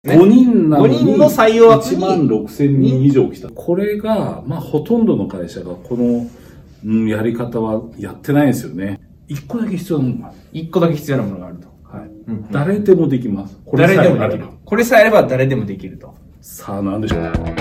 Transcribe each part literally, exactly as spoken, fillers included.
ごにんなのにごにんの採用枠にいちまんろくせんにん以上来た。これが、まあほとんどの会社がこの、うん、やり方はやってないんですよね。一個だけ必要なものがある。 一個だけ必要なものがあると。 はい。うん、誰でもできます。 これ誰でもできる。これさえあれば誰でもできると。 さあ、なんでしょう。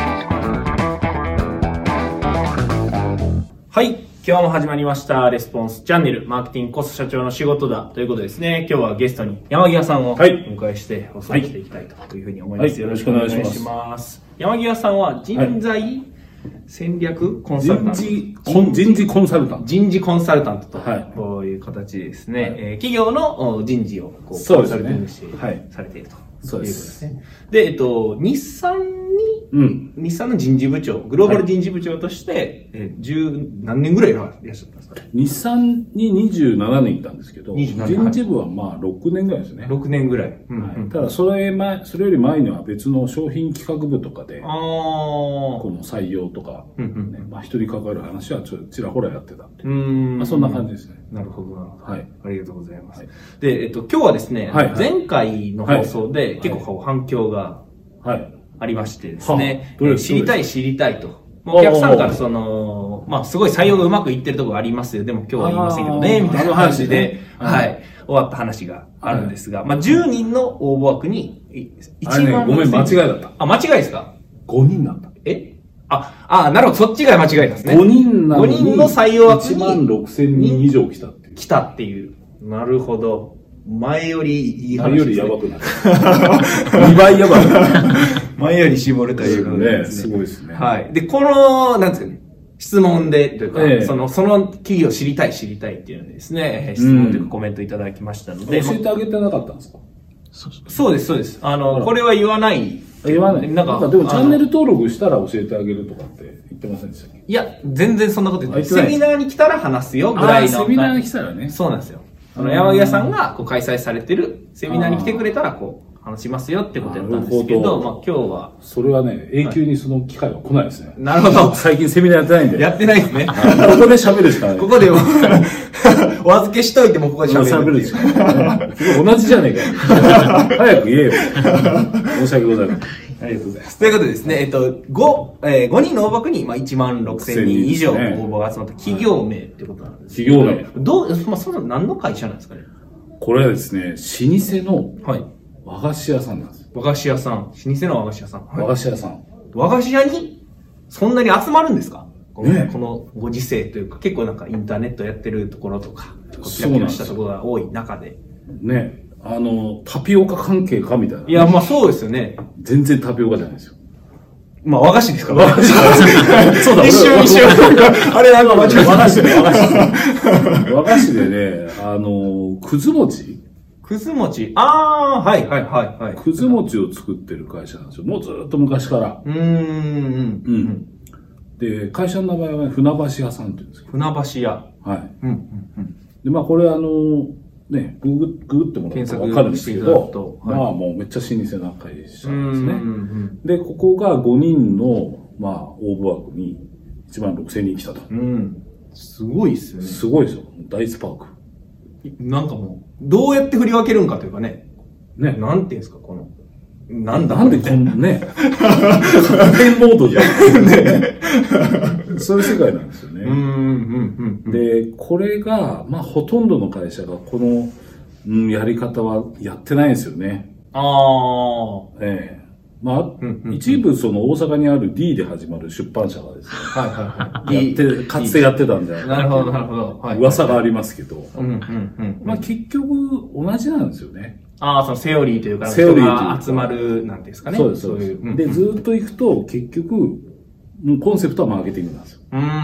はい。今日も始まりました。レスポンスチャンネル、マーケティングコス社長の仕事だということですね。今日はゲストに山際さんをお迎えして放送していきたいというふうに思います。はい、よろしくお願いします。ます。山際さんは人材、はい戦略コンサルタント。 人事コン、人事コンサルタント。 人事コンサルタントと、 はい、 こういう形ですね。はいえー、企業の人事をこうそうですね、 コンサルティングして、はい、されているということですね。で、えっと、日産に、うん、日産の人事部長、グローバル人事部長として、はいえー、十何年ぐらいいらっしゃったんですか？ 日産ににじゅうななねんいたんですけど、人事部はまあろくねんぐらいですね。 ろくねんぐらい。 うんはい、ただそれ前、それより前には別の商品企画部とかで、 あこの採用とか、ね、まあ人に関わる話はちょっとちらほらやってたんで、うんまあ、そんな感じですね。 なるほどなるほど。 はい。 ありがとうございます。はい、で、えっと、今日はですね、はいはい、前回の放送で結構反響がありましてですね、はいはい、知りたい知りたいと。お客さんからその、まあすごい採用がうまくいってるところありますよ。でも今日は言いませんけどね、みたいな話で、はい、終わった話があるんですが、まあじゅうにんの応募枠にいちまん。 ごめん、間違いだった。 あ、間違いですか？ ご 人なんだ。 えあ、あ、なるほど、そっちが間違いですね。 ごにんなのにごにんの採用枠にいちまんろくせんにん以上来たっていう。 来たっていう。なるほど。前よりいい話ですね。前よりやばくなる。にばいやばくなる。 前より絞るということですね。 すごいですね。 はい。で、この、なんですかね、質問で、というか、ええ、その、その企業知りたい知りたいっていうのでですね、質問というかコメントいただきましたので。 教えてあげてなかったんですか？ そうです、そうです。あの、これは言わない。 言わない。なんか、でもチャンネル登録したら教えてあげるとかって言ってませんでしたっけ？ いや、全然そんなこと言ってない。セミナーに来たら話すよ、ぐらいの。 セミナーに来たらね。 そうなんですよ。あの、山際さんがこう開催されてるセミナーに来てくれたら、こう、話しますよってことやったんですけど、まあ今日は。 それはね、永久にその機会は来ないですね。 なるほど。 最近セミナーやってないんで。 やってないですね。ここで喋るしかない。 ここでも、お預けしといてもここで喋る。 喋るしかない。同じじゃねえかよ。早く言えよ。申し訳ございません。 ありがとうございます。ということでですね、えっと、5、えー、ごにんの応募枠に、まあ、いちまんろくせんにん以上応募が集まった企業名ってことなんですけど、 企業名。 どう、まあ、その何の会社なんですかね？ これはですね、老舗の和菓子屋さんなんです。 和菓子屋さん。老舗の和菓子屋さん。 和菓子屋さん。 和菓子屋にそんなに集まるんですか？ ね、 このご時世というか、結構なんかインターネットやってるところとか、キラキラしたところが多い中で。 ね。あの、タピオカ関係かみたいな、ね。 いや、まあそうですよね。 全然タピオカじゃないですよ。 まあ和菓子ですからね。 和菓子そうだ、 一瞬一瞬。あれなんか間違えた。 和菓子で、和菓子で。和菓子でね、あの、くず餅くず餅ああ、はいはいはいはい。 くず餅を作ってる会社なんですよ。もうずっと昔から。 うーん。うん。 で、会社の名前は、ね、船橋屋さんって言うんですけど。 船橋屋。 はい。うんうんうん。で、まあこれあの、ね、ググ、ググってもらうとわかるんですけど、はい、まあもうめっちゃ老舗な会社なんですね。で、ここがごにんの、まあ応募枠にいちまんろくせんにん来たと。 うん。すごいっすよね。 すごいですよ。大スパーク。 なんかもう、どうやって振り分けるんかというかね。 ね。 なんていうんですか、この、なんだなんでこんなね、ペンモードじゃん。ね。そういう世界なんですよね。 うんうんうん、 で、これが、まあほとんどの会社がこの、うん、やり方はやってないんですよね。 ああ。 ええ。まあ、うんうんうん、一部その大阪にある D で始まる出版社がですね。 はいはいはい。 やって、かつてやってたんじゃないかな。なるほどなるほど。 はい、噂がありますけど。 うんうんうん。 まあ結局同じなんですよね。 ああ、そのセオリーというか、セオリーが集まる、なんですかね。 そうです、そうです。で、ずっと行くと結局、コンセプトはマーケティングなんですよ。 うーん、うん、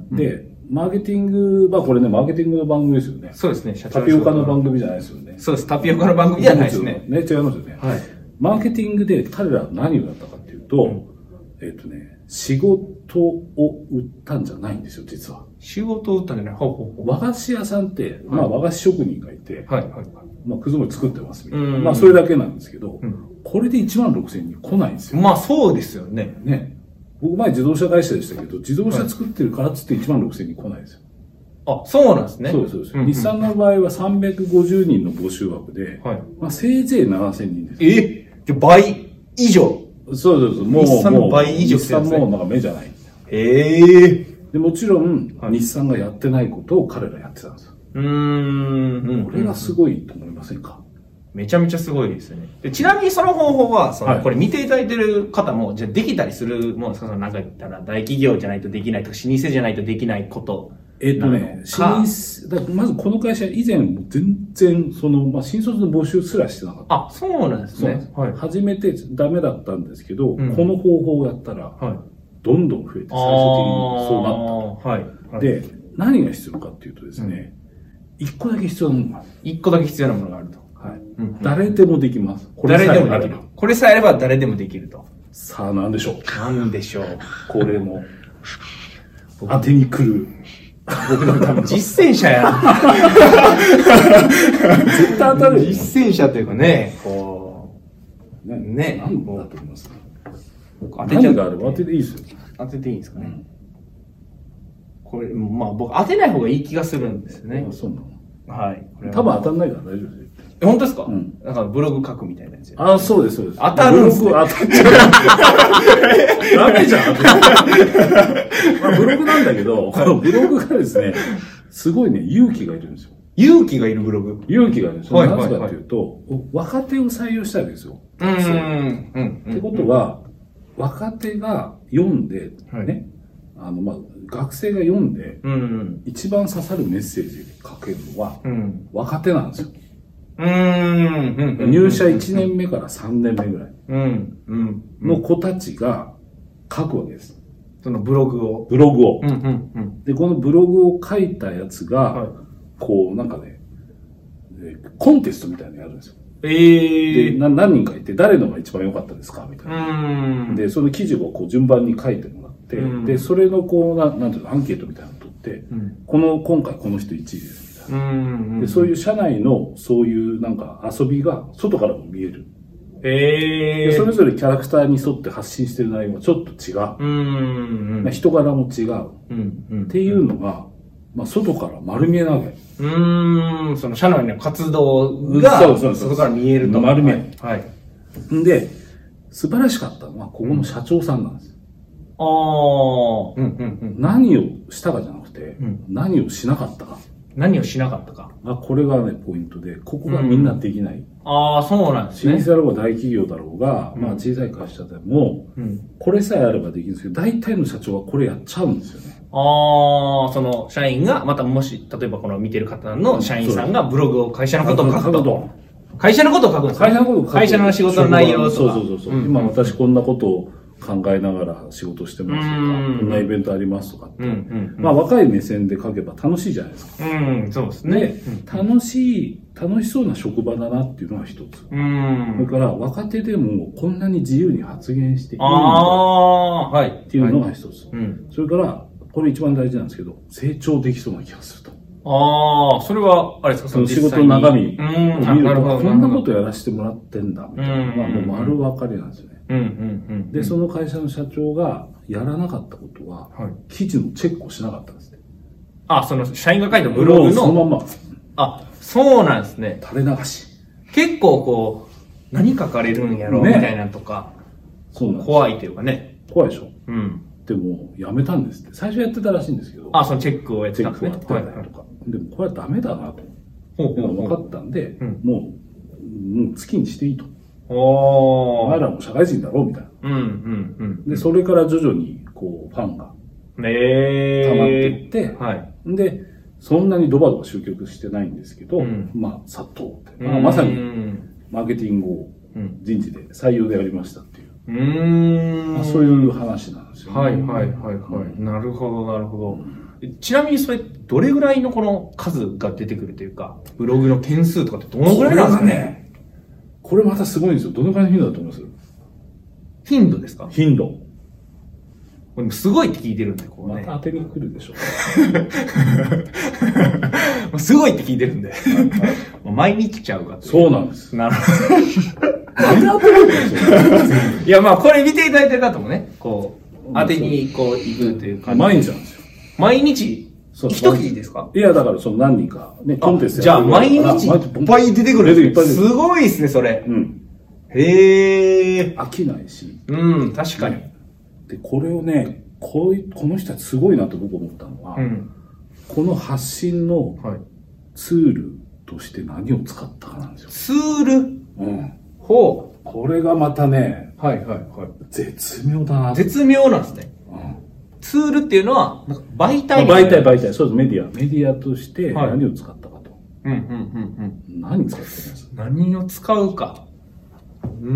うん。 で、マーケティング、まあこれね、マーケティングの番組ですよね。 そうですね、 タピオカの番組じゃないですよね。 そうです、タピオカの番組じゃないですね。 ね、違いますよね。はい。マーケティングで彼らは何をやったかっていうと、うん、えっとね、仕事を売ったんじゃないんですよ、実は。 仕事を売ったんじゃないほうほうほう。 和菓子屋さんって、まあ和菓子職人がいて、 はいはいはい。 まあくず餅作ってますみたいな。まあそれだけなんですけど、うん、これでいちまんろくせんにん来ないんですよ。 まあそうですよね。 ね。僕前自動車会社でしたけど、自動車作ってるからっつっていちまんろくせんにん来ないですよ。 あ、そうなんですね。 そうです、そうです。うんうん、日産の場合はさんびゃくごじゅうにんの募集枠で、はい、まあ、せいぜいななせんにんです。 えじゃ倍以上。 そうそうそう。もう、 日産の倍以上、 日産もなんか目じゃない。 ええー。で、もちろん、はい、日産がやってないことを彼らやってたんですよ。 うーん。 これがすごいと思いませんか？ めちゃめちゃすごいですね。でちなみにその方法は、その、はい、これ見ていただいてる方も、じゃあできたりするもんですか？そのなんか言ったら大企業じゃないとできないとか、老舗じゃないとできないこと。 えっとね、老舗、だまずこの会社以前全然、その、まあ、新卒の募集すらしてなかった。 あ、そうなんですね。 はい。初めてダメだったんですけど、うん、この方法をやったら、はい、どんどん増えて、最終的にそうなった。はい。はい、で、何が必要かっていうとですね、一、うん、個だけ必要なものがある。 一個だけ必要なものがあると。 はい。うん、誰でもできます。 これさえ誰でもできる。これさえあれば誰でもできると。 さあ、なんでしょう。 なんでしょう。 これも、当てに来る。 僕の多分実践者や。 絶対当たる。 実践者というかね、こう、ね、ね。 何だと思いますか？ 当てちゃう。 何があれば当てていいですよ。 当てていいんですかね。うん、これ、まあ僕当てない方がいい気がするんですよね。 あ、そうなの？ はい。 多分当たんないから大丈夫ですよ。 え、本当ですか？うん。だからブログ書くみたいなやつ。 あ、そうです、そうです。 当たるんですね。 当たっちゃう。ダメじゃん。まあ、ブログなんだけど、このブログがですね、すごいね、勇気がいるんですよ。 勇気がいるブログ？ 勇気がいるんですよ。なぜかというと、若手を採用したいわけですよ。 うん。うん。 ってことは、若手が読んで、ね、あの、まあ、学生が読んで、一番刺さるメッセージ書けるのは、若手なんですよ。 うーん。 入社いちねんめからさんねんめぐらいの子たちが書くわけです。 そのブログを。 ブログを。で、このブログを書いたやつが、はい、こう、なんかね、コンテストみたいなのやるんですよ。 えー、 でな、何人かいて、誰のが一番良かったですかみたいな。で、その記事をこう順番に書いてもらって、で、それのこう、ななんていうの、アンケートみたいなのを取って、うん、この、今回この人いちいです。でそういう社内のそういうなんか遊びが外からも見える。 へー。 それぞれキャラクターに沿って発信してる内容がちょっと違う。 うんうん、 人柄も違う、 うんうん。っていうのが、まあ、外から丸見えなわけ。 うーん。その社内の活動が外から見えると。 丸見え。 はい。 はい、で、素晴らしかったのはここの社長さんなんです。 ああ、うんうんうん。 何をしたかじゃなくて、うん、何をしなかったか。 何をしなかったか。 あ、これがね、ポイントで、ここがみんなできない。うん、 ああ、そうなんですね。 老舗だろうが大企業だろうが、うん、まあ小さい会社でも、うん、これさえあればできるんですけど、大体の社長はこれやっちゃうんですよね。 ああ、その社員が、またもし、例えばこの見てる方の社員さんがブログを会社のことを書くと。会社のことを書くんですか？ 会社のことを書く。 会社の仕事の内容とか。 そうそうそうそう、うん。今私こんなことを考えながら仕事してますとか、こんなイベントありますとかって、うんうんうん、まあ若い目線で書けば楽しいじゃないですか。 うん、そうですね。 で、楽しい、楽しそうな職場だなっていうのが一つ。 うん。 それから若手でもこんなに自由に発言していいんだっていうのが一つ、はいうん。それから、これ一番大事なんですけど、成長できそうな気がすると。 ああ、それは、あれですか、 その仕事の中身を見ると、こんなことやらせてもらってんだ、みたいなのがもう丸分かりなんですよね。 うんうんうん、 で、その会社の社長がやらなかったことは、はい、記事のチェックをしなかったんですね。 あ、その社員が書いたブログの。 そのまま。 あ、そうなんですね。 垂れ流し。 結構こう、何書かれるんやろ、ね、みたいなとか、そうなんです。怖いというかね。 怖いでしょ。 うん。 でも、やめたんですって。最初やってたらしいんですけど。 あ、そのチェックをやってたんですね。 チェックをやってたりとか。はいはい、でも、これはダメだなと。ほうほうほう分かったんで、うん、もう、もう好きにしていいと。 おお前らも社会人だろうみたいな。 うんうんうん。 で、それから徐々に、こう、ファンが、 ね溜まっていって、 はい。 で、そんなにドバドバ集客してないんですけど、うん、まあ、殺到って。まあ、まさに、マーケティングを人事で採用でやりましたっていう。 うーんまあ、そういう話なんですよね。 はいはいはいはい。うん、なるほどなるほど。うん、ちなみにそれ、どれぐらいのこの数が出てくるというか、ブログの件数とかってどのぐらいなんですかね？ これまたすごいんですよ。どのくらいの頻度だと思います？ 頻度ですか？ 頻度。 これすごいって聞いてるんで、こうね。 また当てに来るでしょ。 すごいって聞いてるんで。毎日ちゃうかそうなんです。 なるほど。いや、まあ、これ見ていただいてる方もね、こう、当てにこう、行くというか。 毎日なんですよ。 毎日一記事ですか？ いや、だからその何人か、ね、コンテストじゃあ、毎日いっぱい出てくる。 出てくる。 すごいですね、それ。 うん。 へえ。 飽きないし。 うん、確かに。 で、これをね、こういこの人はすごいなと僕思ったのは、うん、この発信のツールとして何を使ったかなんですよ。 ツール？ うん。 ほう。 これがまたね、 はいはいはい。 絶妙だな。 絶妙なんですね。うん。ツールっていうのは、なんか媒体みたいな。 媒体媒体。そうです、メディア。メディアとして何を使ったかと。 うんうんうんうん。 何使ってます何を使うか。 うん。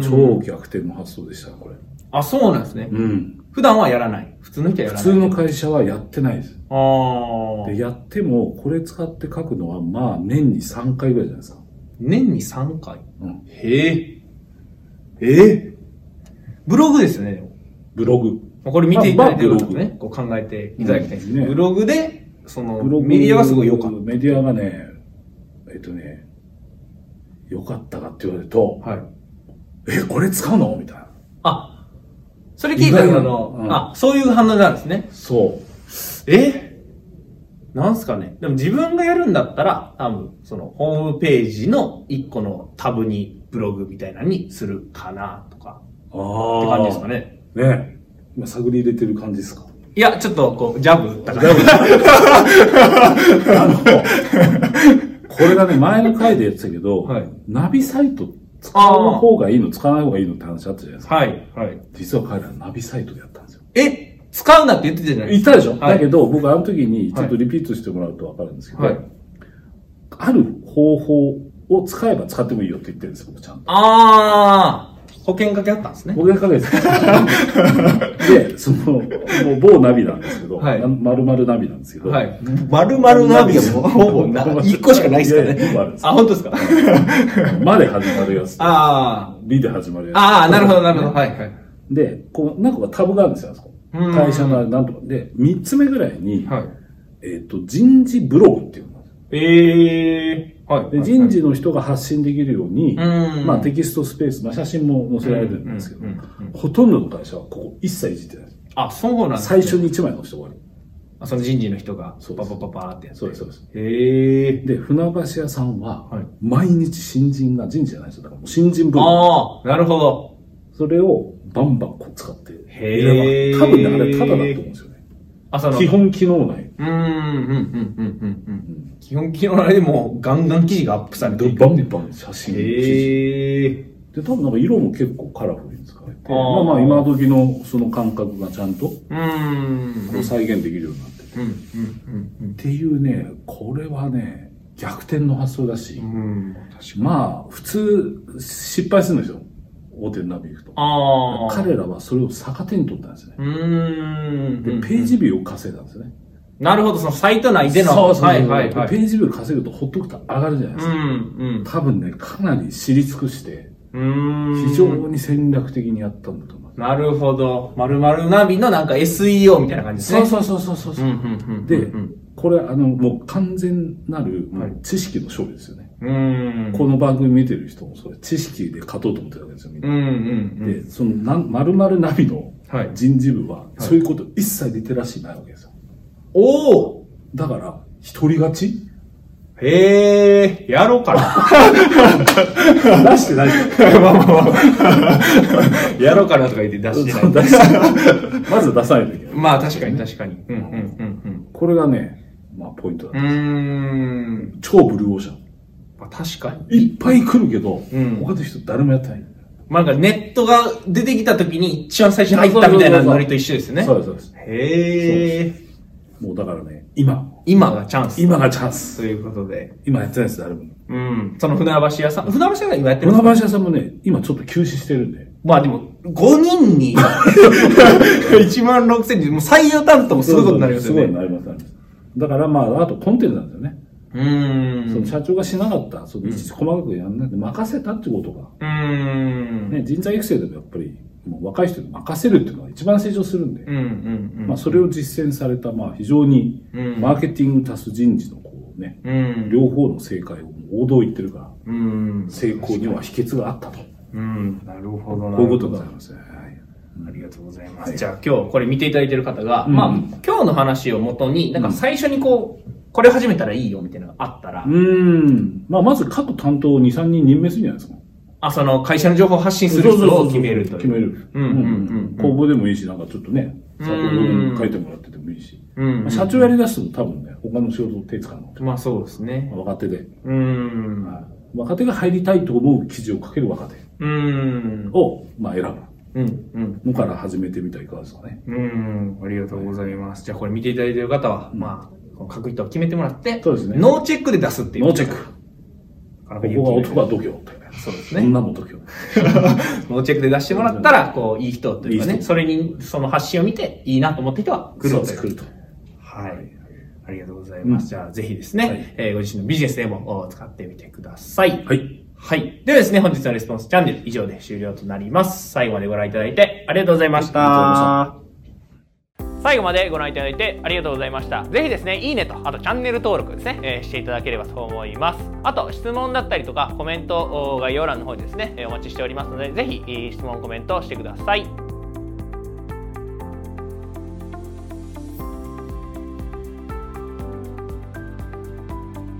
超逆転の発想でした、これ。 あ、そうなんですね。 うん。 普段はやらない。普通の人はやらない。 普通の会社はやってないです。 ああ。 で、やっても、これ使って書くのは、まあ、年にさんかいぐらいじゃないですか。 年にさんかい？ うん。 へえ。ええ。ブログですよね。 ブログ。 これ見ていただいてることね、こう考えていただきたいんですね。ブログで、その、メディアがすごい良かった。 メディアがね、えっとね、良かったかって言われると、 はい。 え、これ使うのみたいな。 あ、それ聞いたら、あの、うん、あ、そういう反応なんですね。 そう。 えなんすかね。でも自分がやるんだったら、多分、その、ホームページの一個のタブにブログみたいなのにするかな、とか。 ああ。 って感じですかね。 ね。今探り入れてる感じですか？ いや、ちょっと、こう、ジャブ打った感じ。 あの、これがね、前の回でやってたけど、はい、ナビサイト使う方がいいの、使わない方がいいのって話あったじゃないですか。 はい、はい。 実は彼らナビサイトでやったんですよ。 え使うなって言ってたじゃないですか。言ったでしょ、はい、だけど、僕あの時にちょっとリピートしてもらうとわかるんですけど、はい、ある方法を使えば使ってもいいよって言ってるんですよ、僕ちゃんと。 あー。保険かけあったんですね。 保険かけです。で、その、もう某ナビなんですけど、はい、〇〇ナビなんですけど、 はい。〇〇ナビはもうほぼな、いっこしかないですからね。 いやいやあ、本当ですか？ まで始まるやつ。 ああ。 りで始まるやつ。 ああ、なるほど、なるほど。はいはい。 で、こう、何個かタブがあるんですよ、あそこ。会社のなんとか。で、三つ目ぐらいに、はい、えっと、人事ブログっていうのがあるんですよ。 ええー。はい、 で人事の人が発信できるように、まあテキストスペース、まあ写真も載せられるんですけど、ほとんどの会社はここ一切いじってないです。 あ、そうなんですね。最初に一枚載せて終わり。 あ、その人事の人が、パパパパーってやって。 そうです、そうです。 へえ。 で、船橋屋さんは、毎日新人が、人事じゃないですよ。だからもう新人ブログ。 ああ、なるほど。 それをバンバンこう使って。 へえ。 多分ね、あれタダだと思うんですよね。 あ、その基本機能内。 うん、うん、うん、うん、うん。基本機能内でもガンガン記事がアップされていく。 バンバン写真。 へえ。 で、多分なんか色も結構カラフルに使われて、まあまあ今時のその感覚がちゃんと、うん、こう再現できるようになってて。うん、うん、うん。っていうね、これはね、逆転の発想だし、うん、まあ、普通、失敗するんですよ。大手ナビ行くと。あ彼らはそれを逆手に取ったんですね。うんで、ページビューを稼いだんですね。 なるほど、そのサイト内での。 そうそうそう。 はいはいはい、 ページビュー稼ぐとほっとくと上がるじゃないですか。うんうん、多分ね、かなり知り尽くして、うん非常に戦略的にやったんだと思います。 なるほど。〇〇ナビのなんか エスイーオー みたいな感じですね。 そうそうそうそうそう。で、これあの、もう完全なる知識の勝利ですよね。うんこの番組見てる人もそれ知識で勝とうと思ってるわけですよ、みんな。うんうんうん、で、そのな、〇〇ナビの人事部は、そういうこと一切リテラシーないわけですよ。 おおだから、一人勝ちへえ、やろうかな。 出してないまあまあまあ。やろうかなとか言って出してない。 まず出さないといけない。 まあ確かに確かに。うんうんうんうん。 これがね、まあポイントだった。うーん。超ブルーオーシャン。 まあ確かに。 いっぱい来るけど、うん、他の人誰もやってない。 まあなんかネットが出てきた時に一番最初に入ったみたいなノリと一緒ですね。 そうですそうです。 へえ。 もうだからね、今。 今がチャンス。 今がチャンス。 ということで。 今やってないです、誰も。 うん。その船橋屋さん。船橋屋さん今やってるんですか？船橋屋さんもね、今ちょっと休止してるんで。 まあでも、ごにんにいちまんろくせんにん、もう採用担当もすごいことになりますよね。 すごいなります。だからまあ、あとコンテンツなんですよね。うん。その社長がしなかった、そのいちいち細かくやんないで任せたってことが。うん。ね、人材育成でもやっぱり、もう若い人に任せるっていうのが一番成長するんで、うんうんうん、まあそれを実践された、まあ非常に、マーケティング足す人事のこうね、うん、両方の正解を王道言ってるから、うん、成功には秘訣があったと。 うん、なるほどな。 こういうことでございますね。はい、 ありがとうございます。はい、じゃあ今日これ見ていただいている方が、うん、まあ今日の話をもとに、なんか最初にこう、これを始めたらいいよみたいなのがあったら。 うん。まあまず各担当に、さんにん任命するんじゃないですか。 あ、その会社の情報を発信する人を決めるという。 決める。うんうんうん。公募でもいいし、なんかちょっとね、サポート書いてもらっててもいいし。うん、まあ、社長やり出すと多分ね、他の仕事を手使うの。 まあそうですね。 若手で。うん。若手が入りたいと思う記事を書ける若手。うん。を、まあ選ぶ。うん。うん。のから始めてみたらいかがですかね。 うん。ありがとうございます。じゃあこれ見ていただいている方は、うん、まあ、書く人を決めてもらって、 そうですね。 ノーチェックで出すっていう。 ノーチェック。ここが男は度胸。 そうですね。 女も度胸。 ノーチェックで出してもらったら、こう、いい人というかね、いいそれに、その発信を見て、いいなと思って人は来ると。 そう、来ると。 はい。ありがとうございます。うん、じゃあ、ぜひですね、はい、えー、ご自身のビジネスでも使ってみてください。 はい。 はい。ではですね、本日のレスポンスチャンネル以上で終了となります。最後までご覧いただいてありがとうございました。ありがとうございました。最後までご覧いただいてありがとうございました。ぜひですね、いいねと、あとチャンネル登録ですね、えー、していただければと思います。あと、質問だったりとか、コメント概要欄の方にですね、お待ちしておりますので、ぜひ質問、コメントしてください。